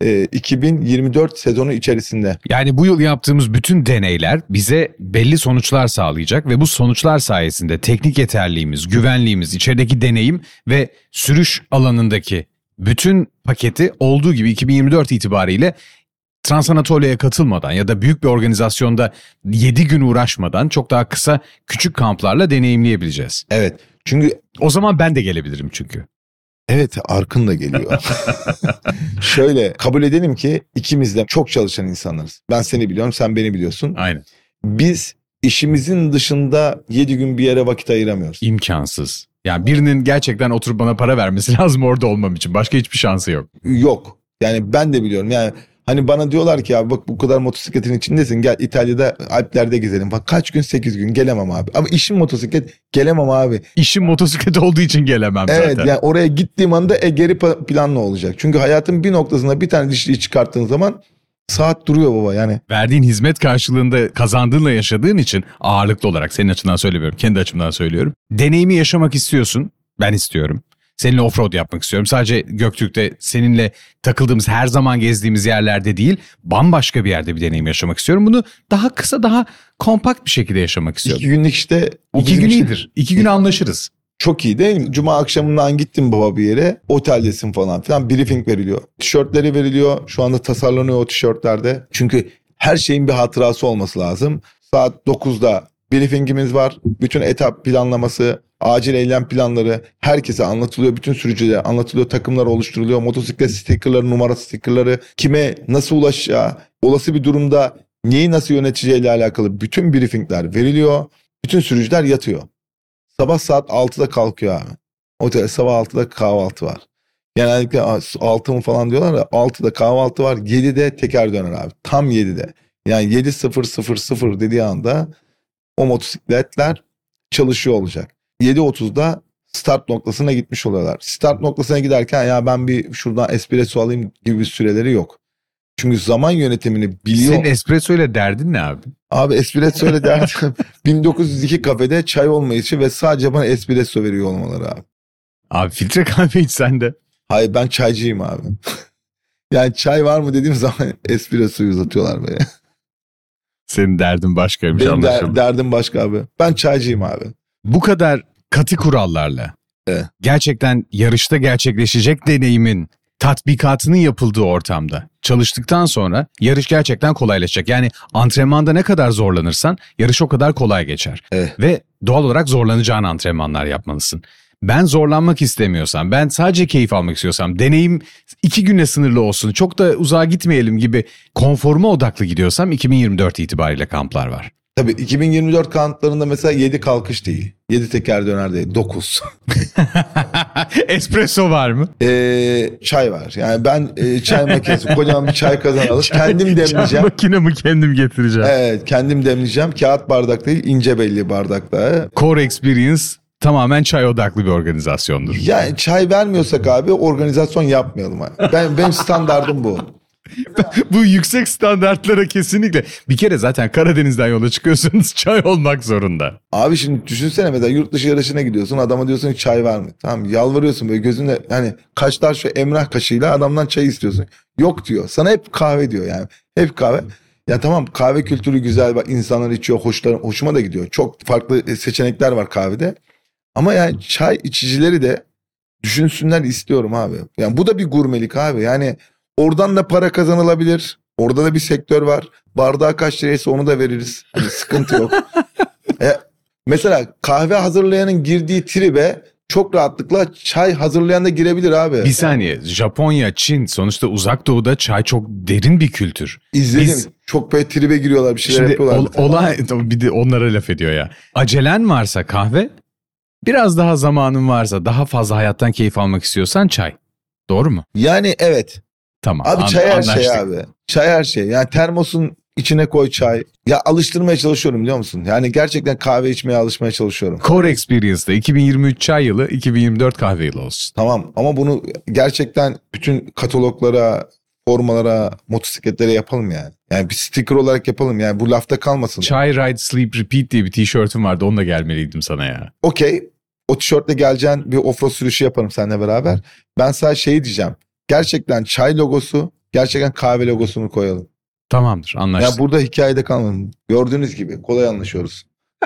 2024 sezonu içerisinde. Yani bu yıl yaptığımız bütün deneyler bize belli sonuçlar sağlayacak ve bu sonuçlar sayesinde teknik yeterliğimiz, güvenliğimiz, içerideki deneyim ve sürüş alanındaki bütün paketi olduğu gibi 2024 itibariyle Transanatolia'ya katılmadan ya da büyük bir organizasyonda 7 gün uğraşmadan çok daha kısa küçük kamplarla deneyimleyebileceğiz. Evet, çünkü O zaman ben de gelebilirim çünkü. evet, Arkın da geliyor. Şöyle kabul edelim ki ikimiz de çok çalışan insanlarız. Ben seni biliyorum, sen beni biliyorsun. Aynen. Biz işimizin dışında 7 gün bir yere vakit ayıramıyoruz. İmkansız. Yani birinin gerçekten oturup bana para vermesi lazım orada olmam için. Başka hiçbir şansı yok. Yok. Yani ben de biliyorum. Yani hani bana diyorlar ki abi bak bu kadar motosikletin içindesin, gel İtalya'da Alplerde gezelim. Bak kaç gün, 8 gün gelemem abi. Ama işim motosiklet, gelemem abi. İşim motosiklet olduğu için gelemem Evet, zaten. yani oraya gittiğim anda geri planlı olacak. Çünkü hayatın bir noktasında bir tane dişliği çıkarttığın zaman saat duruyor baba yani. Verdiğin hizmet karşılığında kazandığınla yaşadığın için ağırlıklı olarak senin açından söylemiyorum, kendi açımdan söylüyorum. Deneyimi yaşamak istiyorsun, ben istiyorum. Seninle offroad yapmak istiyorum. Sadece Göktürk'te seninle takıldığımız, her zaman gezdiğimiz yerlerde değil, bambaşka bir yerde bir deneyim yaşamak istiyorum. Bunu daha kısa, daha kompakt bir şekilde yaşamak istiyorum. 2 günlük işte. 2 gün iyidir. 2 gün anlaşırız. Çok iyi değil mi? Cuma akşamından gittim baba bir yere. Oteldesin falan filan. Briefing veriliyor. Tişörtleri veriliyor. Şu anda tasarlanıyor o tişörtlerde. Çünkü her şeyin bir hatırası olması lazım. Saat 9'da briefingimiz var. Bütün etap planlaması, acil eylem planları herkese anlatılıyor. Bütün sürücülere anlatılıyor. Takımlar oluşturuluyor. Motosiklet stikerleri, numara stikerleri, kime nasıl ulaşacağı, olası bir durumda neyi nasıl yöneteceğiyle alakalı bütün briefingler veriliyor. Bütün sürücüler yatıyor. Sabah saat 6'da kalkıyor abi. Otel sabah 6'da kahvaltı var. Genellikle 6 mı falan diyorlar da 6'da kahvaltı var. 7'de teker döner abi. Tam 7'de. Yani 7.000 dediği anda o motosikletler çalışıyor olacak. 7.30'da start noktasına gitmiş oluyorlar. Start noktasına giderken ya ben bir şuradan espresso alayım gibi bir süreleri yok. Çünkü zaman yönetimini biliyor. Senin espresso ile derdin ne abi? Abi espresso öyle derdim. 1902 kafede çay olmayışı ve sadece bana espresso veriyor olmaları abi. Abi filtre kahve iç sen de. Hayır, ben çaycıyım abi. Yani çay var mı dediğim zaman espressoyu uzatıyorlar böyle. Senin derdin başkaymış, Benim anlaşıldı. derdim başka abi. Ben çaycıyım abi. Bu kadar katı kurallarla Evet. gerçekten yarışta gerçekleşecek deneyimin tatbikatının yapıldığı ortamda çalıştıktan sonra yarış gerçekten kolaylaşacak. Yani antrenmanda ne kadar zorlanırsan yarış o kadar kolay geçer. Evet. Ve doğal olarak zorlanacağın antrenmanlar yapmalısın. Ben zorlanmak istemiyorsam, ben sadece keyif almak istiyorsam, deneyim 2 güne sınırlı olsun, çok da uzağa gitmeyelim gibi konforma odaklı gidiyorsam 2024 itibariyle kamplar var. Tabii 2024 kamplarında mesela 7 kalkış değil. 7 teker döner değil. 9. Espresso var mı? Çay var. Yani ben çay makinesi, kocaman bir çay kazanı alıp kendim Çay demleyeceğim. makinemi kendim getireceğim. Evet, kendim demleyeceğim. Kağıt bardak değil, ince belli bardakta. Core Experience tamamen çay odaklı bir organizasyondur. Yani çay vermiyorsak abi organizasyon yapmayalım. Abi. Benim standardım bu. Bu yüksek standartlara kesinlikle. Bir kere zaten Karadeniz'den yola çıkıyorsanız çay olmak zorunda. Abi şimdi düşünsene mesela yurt dışı yarışına gidiyorsun, adama diyorsun ki çay var mı? Tamam, yalvarıyorsun böyle gözünle, hani kaşlar şu emrah kaşıyla adamdan çay istiyorsun. Yok diyor. Sana hep kahve diyor yani. Hep kahve. Ya tamam, kahve kültürü güzel, bak insanlar içiyor, hoşuma da gidiyor. Çok farklı seçenekler var kahvede. Ama yani çay içicileri de düşünsünler istiyorum abi. Yani bu da bir gurmelik abi. Yani oradan da para kazanılabilir. Orada da bir sektör var. Bardağı kaç liraysa onu da veririz. Hani sıkıntı yok. Mesela kahve hazırlayanın girdiği tribe çok rahatlıkla çay hazırlayan da girebilir abi. Bir saniye, Japonya, Çin, sonuçta uzak doğuda çay çok derin bir kültür. İzledim. Biz- Çok böyle tribe giriyorlar, bir şeyler Şimdi yapıyorlar. olay bir de onlara laf ediyor ya. Acelen varsa kahve, biraz daha zamanın varsa, daha fazla hayattan keyif almak istiyorsan çay. Doğru mu? Yani evet. Tamam. Abi çay her şey anlaştık. abi. Çay her şey. Yani termosun içine koy çay. Ya alıştırmaya çalışıyorum, biliyor musun? Yani gerçekten kahve içmeye alışmaya çalışıyorum. Core Experience'da 2023 çay yılı, 2024 kahve yılı olsun. Tamam, ama bunu gerçekten bütün kataloglara, formalara, motosikletlere yapalım yani. Yani bir sticker olarak yapalım yani, bu lafta kalmasın. Chai Ride Sleep Repeat diye bir tişörtüm vardı, onunla gelmeliydim sana ya. Okey, o tişörtle geleceğin bir offroad sürüşü yaparım seninle beraber. Ben sana şey diyeceğim. Gerçekten çay logosu, gerçekten kahve logosunu koyalım. Tamamdır, anlaştık. Ya burada hikayede kalmadım. Gördüğünüz gibi kolay anlaşıyoruz.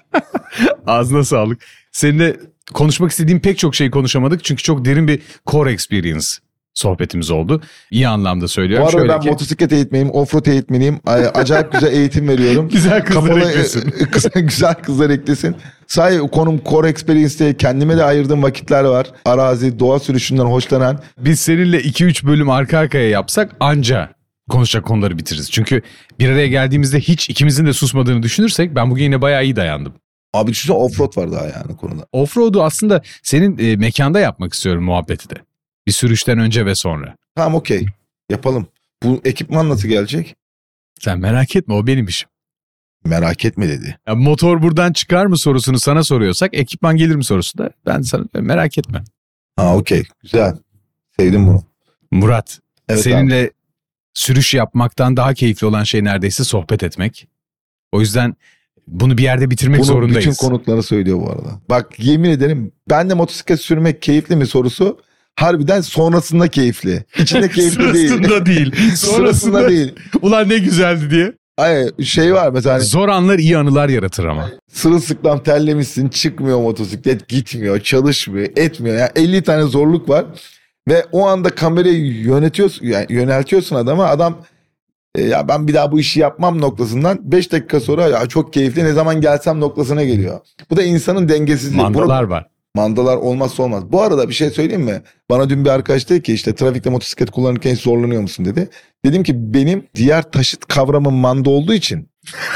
Ağzına sağlık. Seninle konuşmak istediğim pek çok şey konuşamadık çünkü çok derin bir core experience sohbetimiz oldu. İyi anlamda söylüyorum. Bu arada Şöyle ben ki, motosiklet eğitmeniyim, offroad eğitmeniyim. Acayip güzel eğitim veriyorum. Güzel kızlar eklesin. Güzel kızlar eklesin. Sahi konum core experience'te kendime de ayırdığım vakitler var. Arazi, doğa sürüşünden hoşlanan. biz seninle 2-3 bölüm arka arkaya yapsak anca konuşacak konuları bitiririz. Çünkü bir araya geldiğimizde hiç ikimizin de susmadığını düşünürsek ben bugün yine bayağı iyi dayandım. Abi düşünsene, offroad var daha yani konuda. Offroad'u aslında senin mekanda yapmak istiyorum, muhabbeti de. Bir sürüşten önce ve sonra. Tamam, okey. Yapalım. Bu ekipman nasıl gelecek? Sen merak etme, o benim işim. Merak etme dedi. Ya motor buradan çıkar mı sorusunu sana soruyorsak, ekipman gelir mi sorusu da ben sana merak etme. Ha, okey. Güzel. Sevdim bunu. Murat, Evet seninle sürüş yapmaktan daha keyifli olan şey neredeyse sohbet etmek. O yüzden bunu bir yerde bitirmek Bunu zorundayız. bütün konukları söylüyor bu arada. Bak yemin ederim, ben de motosiklet sürmek keyifli mi sorusu harbiden sonrasında keyifli. İçinde keyifli değil. Sırasında değil. Sırasında değil. Ulan ne güzeldi diye. Ay, şey var mesela, hani Zor anlar iyi anılar yaratır ama. sırılsıklam terlemişsin, çıkmıyor motosiklet, gitmiyor, çalışmıyor, etmiyor. Yani 50 tane zorluk var ve o anda kamerayı yönetiyorsun, yani yöneltiyorsun adama, adam ya ben bir daha bu işi yapmam noktasından 5 dakika sonra ya çok keyifli, ne zaman gelsem noktasına geliyor. Bu da insanın dengesizliği. Mandalar var. Mandalar olmazsa olmaz. Bu arada bir şey söyleyeyim mi? Bana dün bir arkadaş dedi ki işte trafikte motosiklet kullanırken hiç zorlanıyor musun dedi. Dedim ki benim diğer taşıt kavramım manda olduğu için.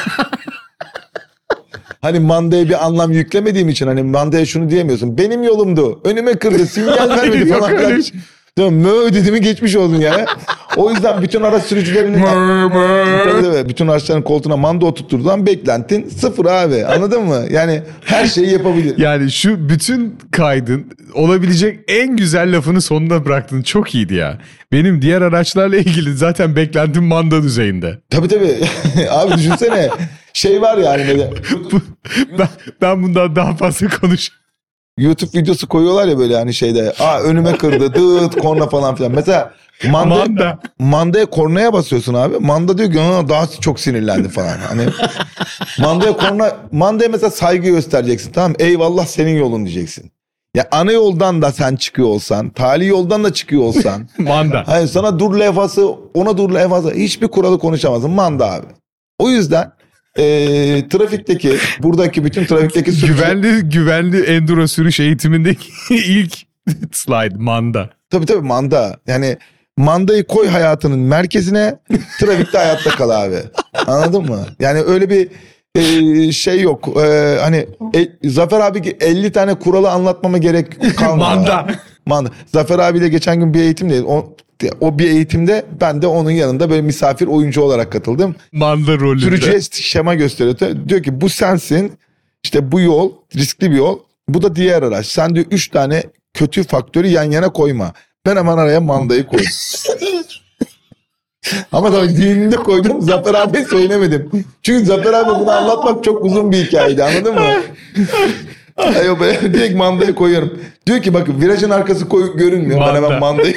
Hani mandaya bir anlam yüklemediğim için, hani mandaya şunu diyemiyorsun. Benim yolumdu. Önüme kırdı. Sinyal vermedi Yok falan. öyle filan. şey. Tamam, mö dediğimi geçmiş oldun yani. O yüzden bütün araç sürücülerinin tabii, bütün araçların koltuğuna manda oturtturduğundan beklentin sıfır abi. Anladın mı? Yani her şeyi yapabilir. Yani şu bütün kaydın olabilecek en güzel lafını sonuna bıraktın. Çok iyiydi ya. Benim diğer araçlarla ilgili zaten beklentim manda düzeyinde. Tabii. Abi düşünsene. Şey var yani böyle. Ben bundan daha fazla konuşayım. YouTube videosu koyuyorlar ya böyle hani şeyde. Önüme kırdı. Dıt korna falan filan. Mesela mandaya kornaya basıyorsun abi. Manda diyor ki daha çok sinirlendi falan. Hani mandaya mesela saygı göstereceksin, tamam mı? Eyvallah senin yolun diyeceksin. Ya ana yoldan da sen çıkıyor olsan, tali yoldan da çıkıyor olsan. Manda. Hani sana dur levhası, ona dur levhası, hiçbir kuralı konuşamazsın. Manda abi. O yüzden buradaki bütün trafikteki güvenli enduro sürüş eğitimindeki ilk slide manda. Tabii manda. Yani mandayı koy hayatının merkezine, trafikte hayatta kal abi. Anladın mı? Yani öyle bir şey yok. Hani Zafer abi 50 tane kuralı anlatmama gerek kalmadı. Manda. Zafer abiyle geçen gün bir eğitimde o bir eğitimde ben de onun yanında böyle misafir oyuncu olarak katıldım. Manda rolünde. Sürücüye şema gösteriyor. Diyor ki bu sensin. İşte bu yol riskli bir yol. Bu da diğer araç. Sen diyor 3 tane kötü faktörü yan yana koyma. Ben hemen araya mandayı koydum. Ama tabii düğününde koydum. Zafer abi söylemedim. Çünkü Zafer abi bunu anlatmak çok uzun bir hikayeydi, anladın mı? Direkt mandayı koyuyorum. Diyor ki bakın virajın arkası görünmüyor. Ben hemen mandayı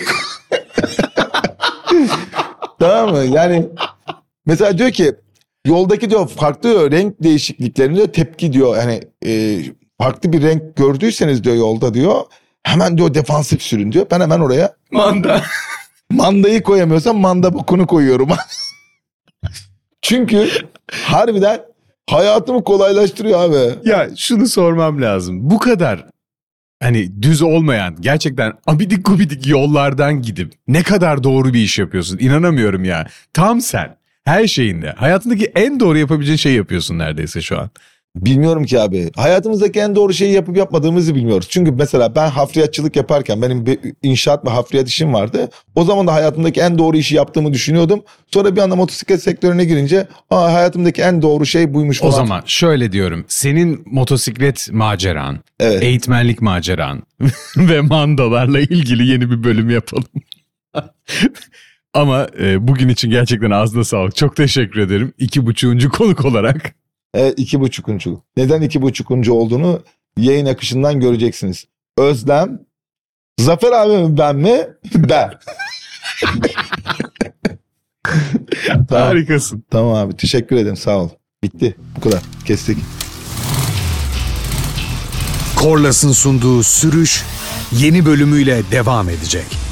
tamam mı? Yani mesela diyor ki yoldaki diyor farklı renk değişikliklerine diyor tepki diyor. Yani farklı bir renk gördüyseniz diyor yolda diyor. Hemen diyor defansif sürün diyor. Ben hemen oraya mandayı koyamıyorsam manda bokunu koyuyorum. Çünkü harbiden hayatımı kolaylaştırıyor abi. Ya şunu sormam lazım. Bu kadar hani düz olmayan gerçekten abidik gubidik yollardan gidip ne kadar doğru bir iş yapıyorsun. İnanamıyorum ya. Tam sen her şeyinde hayatındaki en doğru yapabileceğin şeyi yapıyorsun neredeyse şu an. Bilmiyorum ki abi. Hayatımızdaki en doğru şeyi yapıp yapmadığımızı bilmiyoruz. Çünkü mesela ben hafriyatçılık yaparken benim bir inşaat ve hafriyat işim vardı. O zaman da hayatımdaki en doğru işi yaptığımı düşünüyordum. Sonra bir anda motosiklet sektörüne girince hayatımdaki en doğru şey buymuş falan. O zaman şöyle diyorum. Senin motosiklet maceran, evet, eğitmenlik maceran ve mandalarla ilgili yeni bir bölüm yapalım. Ama bugün için gerçekten ağzına sağlık. Çok teşekkür ederim. 2.5. konuk olarak. Evet, 2.5. Neden 2.5. olduğunu yayın akışından göreceksiniz. Özlem, Zafer abi mi ben mi? Ben. Tamam. Harikasın. Tamam abi, teşekkür ederim, sağ ol. Bitti, bu kadar, kestik. Korlas'ın sunduğu Sürüş yeni bölümüyle devam edecek.